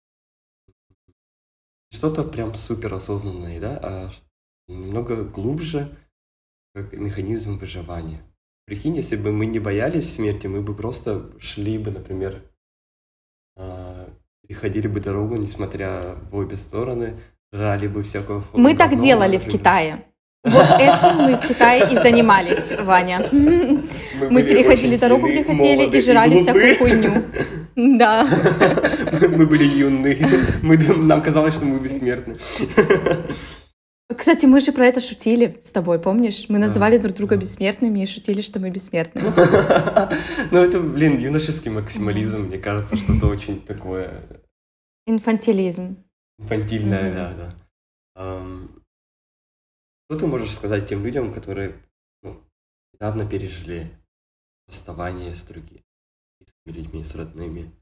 что-то прям супер осознанное, да, а ш- немного глубже, как механизм выживания. Прикинь, если бы мы не боялись смерти, мы бы просто шли бы, например, а, переходили бы дорогу, несмотря в обе стороны, жрали бы всякое фу- Мы так говно, делали да, в например. Китае. Вот этим мы в Китае и занимались, Ваня. Мы были переходили очень дорогу, пьяны, где хотели, молоды и жрали глупы. всякую хуйню. Да. Мы мы были юные. Мы, дум- нам казалось, что мы бессмертны. Кстати, мы же про это шутили с тобой, помнишь? Мы Да, называли друг друга да. бессмертными и шутили, что мы бессмертны. Ну, это, блин, юношеский максимализм, мне кажется, что-то очень такое Инфантилизм. инфантильное, Мгм. да, да. Ам, Что ты можешь сказать тем людям, которые ну, недавно пережили расставание с другими с людьми, с родными?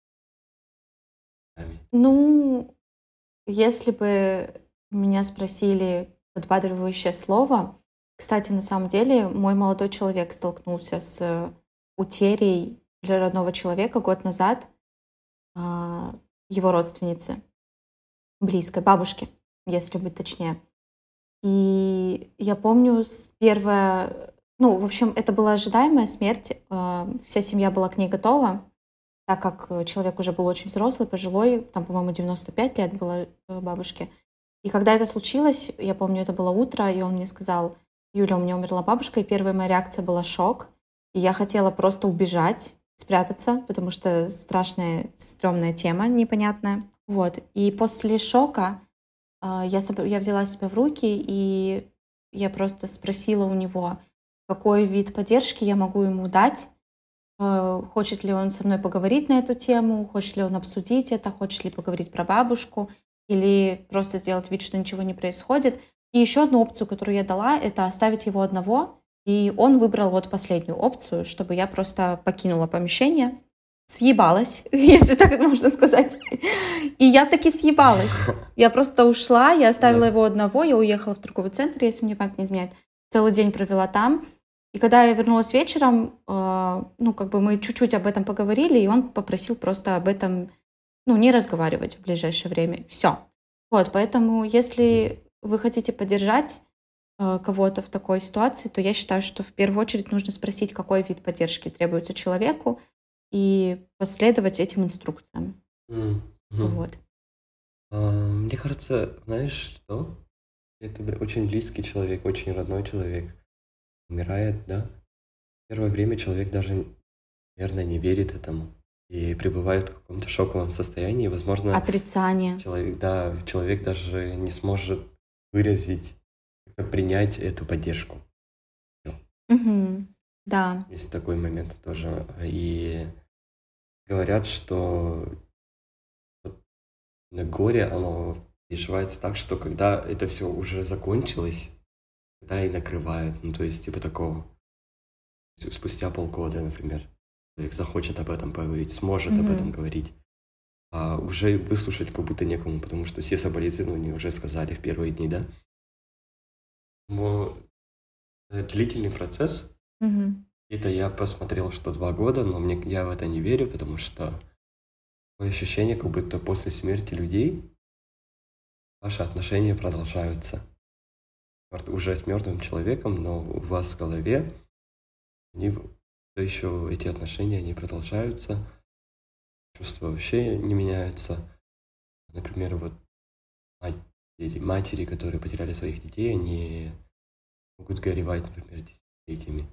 Нами? Ну, если бы меня спросили подбадривающее слово, кстати, на самом деле мой молодой человек столкнулся с утерей для родного человека год назад, а, его родственницы, близкой бабушки, если быть точнее. И я помню с первое, ну, в общем, это была ожидаемая смерть, а, вся семья была к ней готова, так как э, человек уже был очень взрослый, пожилой, там, по-моему, девяносто пять лет было э, бабушке. И когда это случилось, я помню, это было утро, и он мне сказал: Юля, у меня умерла бабушка, и первая моя реакция была шок. И я хотела просто убежать, спрятаться, потому что страшная, стрёмная тема, непонятная. Вот. И после шока а, я, собр- я взяла себя в руки, и я просто спросила у него, какой вид поддержки я могу ему дать, э, хочет ли он со мной поговорить на эту тему, хочет ли он обсудить это, хочет ли поговорить про бабушку, или просто сделать вид, что ничего не происходит. И еще одну опцию, которую я дала, это оставить его одного, и он выбрал вот последнюю опцию, чтобы я просто покинула помещение, съебалась, если так можно сказать. И я таки съебалась. Я просто ушла, я оставила Да. его одного, я уехала в торговый центр, если мне память не изменяет. Целый день провела там. И когда я вернулась вечером, э, ну, как бы мы чуть-чуть об этом поговорили, и он попросил просто об этом, ну, не разговаривать в ближайшее время. Все. Вот, поэтому если вы хотите поддержать э, кого-то в такой ситуации, то я считаю, что в первую очередь нужно спросить, какой вид поддержки требуется человеку, и последовать этим инструкциям. М, мгм. Вот. А, Мне кажется, знаешь что? Это б- очень близкий человек, очень родной человек. Умирает, да? Первое время человек даже, наверное, не верит этому и пребывает в каком-то шоковом состоянии. Возможно, Отрицание. человек, да, человек даже не сможет выразить, как принять эту поддержку. Всё. Мгм. Да. Есть такой момент тоже. И говорят, что вот на горе оно переживается так, что когда это все уже закончилось, тогда и накрывает. Ну, то есть, типа такого. С- Спустя полгода, например, человек захочет об этом поговорить, сможет об этом Мгм. говорить. А уже выслушать как будто некому, потому что все соболезнования уже сказали в первые дни, да? Но э, длительный процесс. Мгм. Это я посмотрел, что два года, но мне, я в это не верю, потому что такое ощущение, как будто после смерти людей ваши отношения продолжаются. Мёрт- Уже с мертвым человеком, но у вас в голове они в- всё еще эти отношения, они продолжаются, чувства вообще не меняются. Например, вот матери, матери, которые потеряли своих детей, они могут горевать, например, десятилетиями,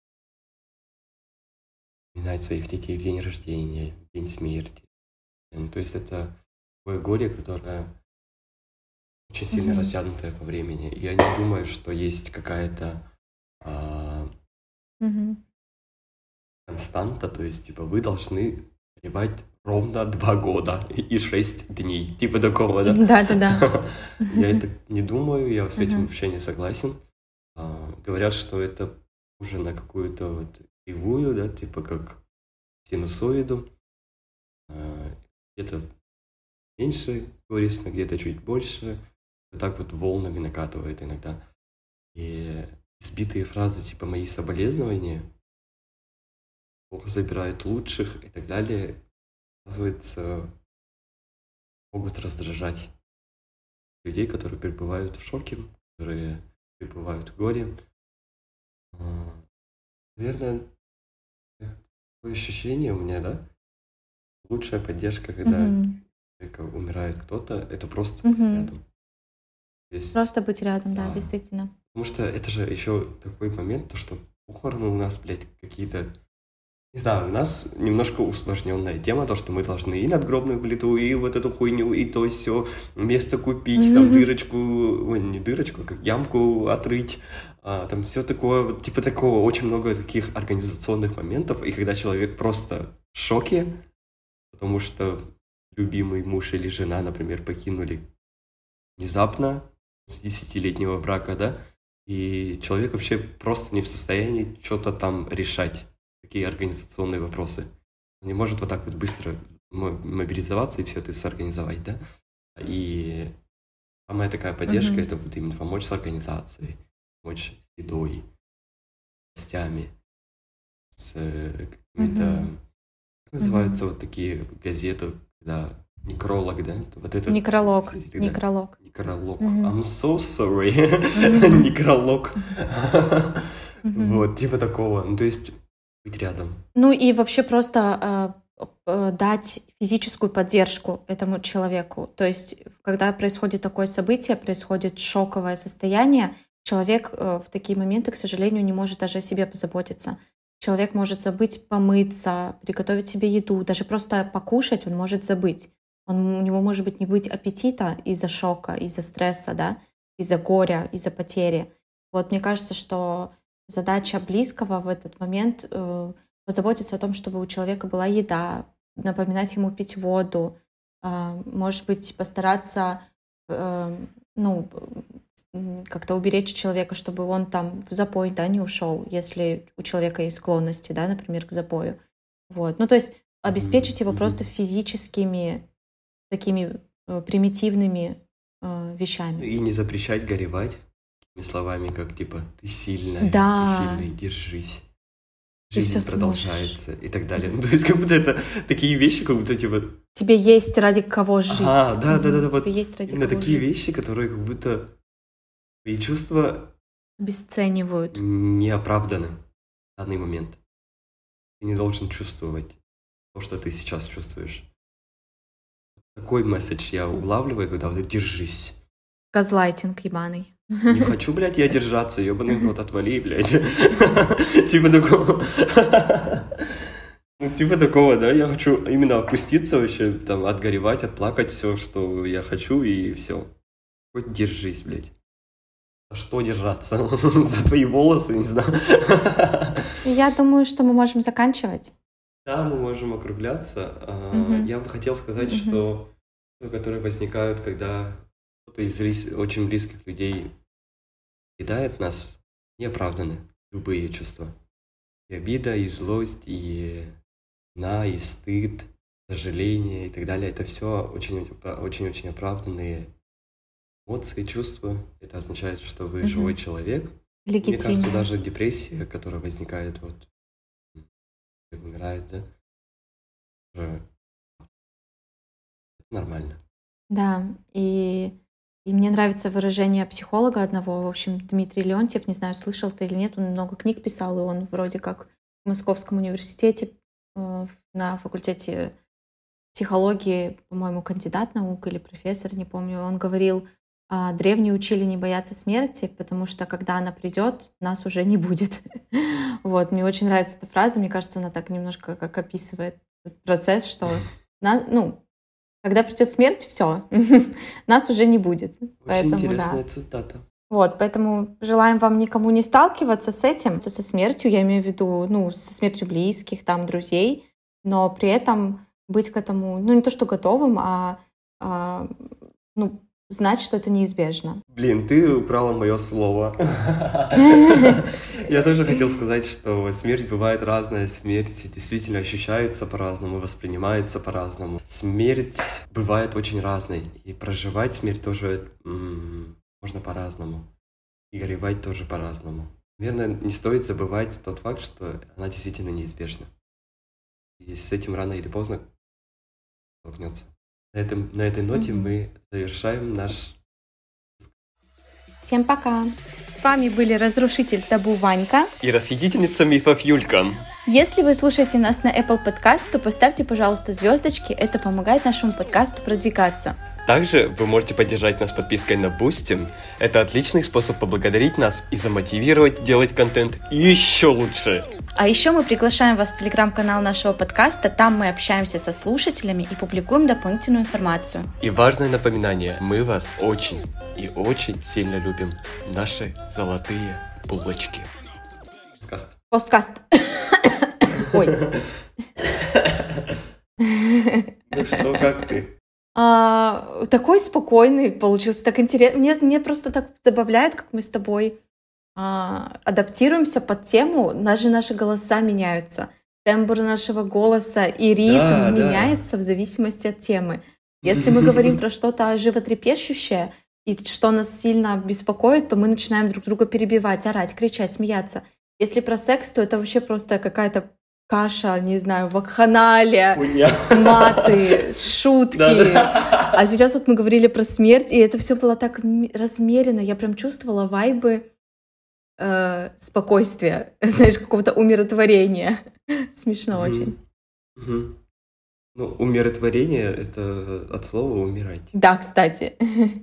вспоминать своих детей в день рождения, в день смерти. Ну, то есть это такое горе, которое очень сильно Мгм. растянутое по времени. Я не думаю, что есть какая-то а, Мгм. константа, то есть, типа, вы должны горевать ровно два года и шесть дней, типа такого, да? Да-да-да. Я это не думаю, я с этим Мгм. вообще не согласен. А, Говорят, что это уже на какую-то вот кривую, да, типа как синусоиду. А, Это меньше горестно, где-то чуть больше. Вот так вот волнами накатывает иногда. И сбитые фразы типа «мои соболезнования», «Бог забирает лучших» и так далее, оказывается, могут раздражать людей, которые пребывают в шоке, которые пребывают в горе. А, Наверное, такое ощущение у меня, да? Лучшая поддержка, когда Мгм. у человека умирает кто-то, это просто быть Мгм. рядом. То есть, Просто быть рядом, да, да. действительно. Потому что это же еще такой момент, то, что похороны у нас, блядь, какие-то... Не знаю, у нас немножко усложненная тема, то, что мы должны и надгробную плиту, и вот эту хуйню, и то все место купить, там Мгм. дырочку, ой, не дырочку, как ямку отрыть, а, там все такое, вот типа такого, очень много таких организационных моментов, и когда человек просто в шоке, потому что любимый муж или жена, например, покинули внезапно с десятилетнего брака, да, и человек вообще просто не в состоянии что-то там решать, такие организационные вопросы. Он не может вот так вот быстро мо- мобилизоваться и все это сорганизовать, да. И самая такая поддержка — Мгм. это вот именно помочь с организацией, помочь с едой, с гостями, с э, какими-то, Мгм. как называются Мгм. вот такие газеты, когда некролог, да, вот это, Некролог. и так далее. Некролог. Некролог. Мгм. I'm so sorry. Мгм. Некролог. Мгм. Вот, типа такого. Ну, то есть быть рядом. Ну и вообще просто э, э, дать физическую поддержку этому человеку. То есть, когда происходит такое событие, происходит шоковое состояние, человек э, в такие моменты, к сожалению, не может даже о себе позаботиться. Человек может забыть помыться, приготовить себе еду, даже просто покушать он может забыть. Он, у него может быть не быть аппетита из-за шока, из-за стресса, да, из-за горя, из-за потери. Вот мне кажется, что задача близкого в этот момент э, позаботиться о том, чтобы у человека была еда, напоминать ему пить воду, а, может быть, постараться э, ну, м, как-то уберечь человека, чтобы он там в запой, да, не ушел, если у человека есть склонности, да, например, к запою. Вот. Ну, то есть обеспечить Мгм, его просто мгм. физическими такими э, примитивными э, вещами. И не запрещать горевать такими словами, как типа «ты сильная, ты Да, сильный, держись». ты все Жизнь сможешь. продолжается и так далее. Ну, то есть, как будто это такие вещи, как будто типа. Тебе есть ради кого жить. Ага, да, да, да, да, Мгм. Тебе вот есть ради именно кого такие жить. вещи, которые как будто твои чувства Обесценивают. не оправданы в данный момент. Ты не должен чувствовать то, что ты сейчас чувствуешь. Такой месседж я улавливаю, когда вот «держись». Газлайтинг ебаный. Не хочу, блядь, я держаться, ебаный в рот, отвали, блядь. Типа такого. Ну, типа такого, да, я хочу именно опуститься вообще, там, отгоревать, отплакать все, что я хочу, и все. Хоть держись, блядь. За что держаться? За твои волосы, не знаю. Я думаю, что мы можем заканчивать. Да, мы можем округляться. А, Мгм. Я бы хотел сказать, Мгм. что чувства, которые возникают, когда кто-то из близ- очень близких людей кидает нас, не оправданы. Любые чувства. И обида, и злость, и вина, и стыд, сожаление и так далее. Это все очень-очень оправданные эмоции, чувства. Это означает, что вы Мгм. живой человек. И мне кажется, Легитимно. даже депрессия, которая возникает, вот, как умирает, да, уже нормально. Да, и, и мне нравится выражение психолога одного, в общем, Дмитрий Леонтьев, не знаю, слышал ты или нет, он много книг писал, и он вроде как в Московском университете э, на факультете психологии, по-моему, кандидат наук или профессор, не помню, он говорил, а, древние учили не бояться смерти, потому что когда она придет, нас уже не будет. Вот, мне очень нравится эта фраза, мне кажется, она так немножко как описывает этот процесс, что на- ну, когда придет смерть, все, нас уже не будет. Очень Поэтому интересная да. цитата. Вот, поэтому желаем вам никому не сталкиваться с этим, со смертью, я имею в виду, ну, со смертью близких, там, друзей, но при этом быть к этому, ну, не то что готовым, а, а, ну, знать, что это неизбежно. Блин, ты украла мое слово. Я тоже хотел сказать, что смерть бывает разная, смерть действительно ощущается по-разному, воспринимается по-разному. Смерть бывает очень разной. И проживать смерть тоже м, можно по-разному. И горевать тоже по-разному. Наверное, не стоит забывать тот факт, что она действительно неизбежна. И с этим рано или поздно столкнется. На, этом, на этой ноте Мгм. мы завершаем наш... Всем пока! С вами были разрушитель табу Ванька. И расхитительница мифов Юлька. Если вы слушаете нас на Apple Podcast, то поставьте, пожалуйста, звездочки. Это помогает нашему подкасту продвигаться. Также вы можете поддержать нас подпиской на Boosty. Это отличный способ поблагодарить нас и замотивировать делать контент еще лучше. А еще мы приглашаем вас в телеграм-канал нашего подкаста. Там мы общаемся со слушателями и публикуем дополнительную информацию. И важное напоминание, мы вас очень и очень сильно любим. Наши золотые булочки. Подкаст. Посткаст. Ой. Ну что, как ты? А, такой спокойный получился, так интересно. Мне, мне просто так забавляет, как мы с тобой а, адаптируемся под тему. Даже наши голоса меняются. Тембр нашего голоса и ритм Да, да. меняется в зависимости от темы. Если мы говорим про что-то животрепещущее и что нас сильно беспокоит, то мы начинаем друг друга перебивать, орать, кричать, смеяться. Если про секс, то это вообще просто какая-то каша, не знаю, вакханалия, Хуйня. маты, шутки. Да-да. А сейчас вот мы говорили про смерть, и это все было так м- размеренно. Я прям чувствовала вайбы э, спокойствия, знаешь, какого-то умиротворения. Смешно Мгм. очень. Мгм. Ну, умиротворение — это от слова «умирать». Да, кстати.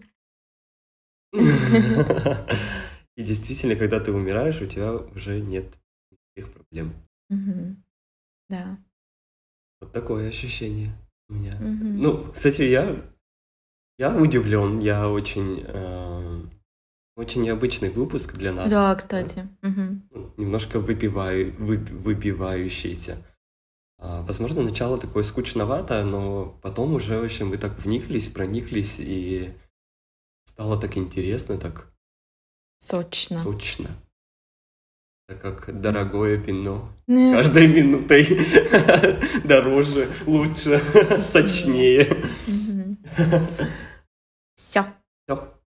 И действительно, когда ты умираешь, у тебя уже нет никаких проблем. Мгм. Да. Вот такое ощущение у меня. Мгм. Ну, кстати, я, я удивлен, я очень, э, очень необычный выпуск для нас. Да, кстати. Мгм. Ну, немножко выпиваю, вы- выбивающийся. А, возможно, начало такое скучновато, но потом уже, в общем, мы так вниклись, прониклись, и стало так интересно, так Сочно. сочно. Так как дорогое вино. С Ну, каждой минутой дороже, лучше, сочнее. Все. Все.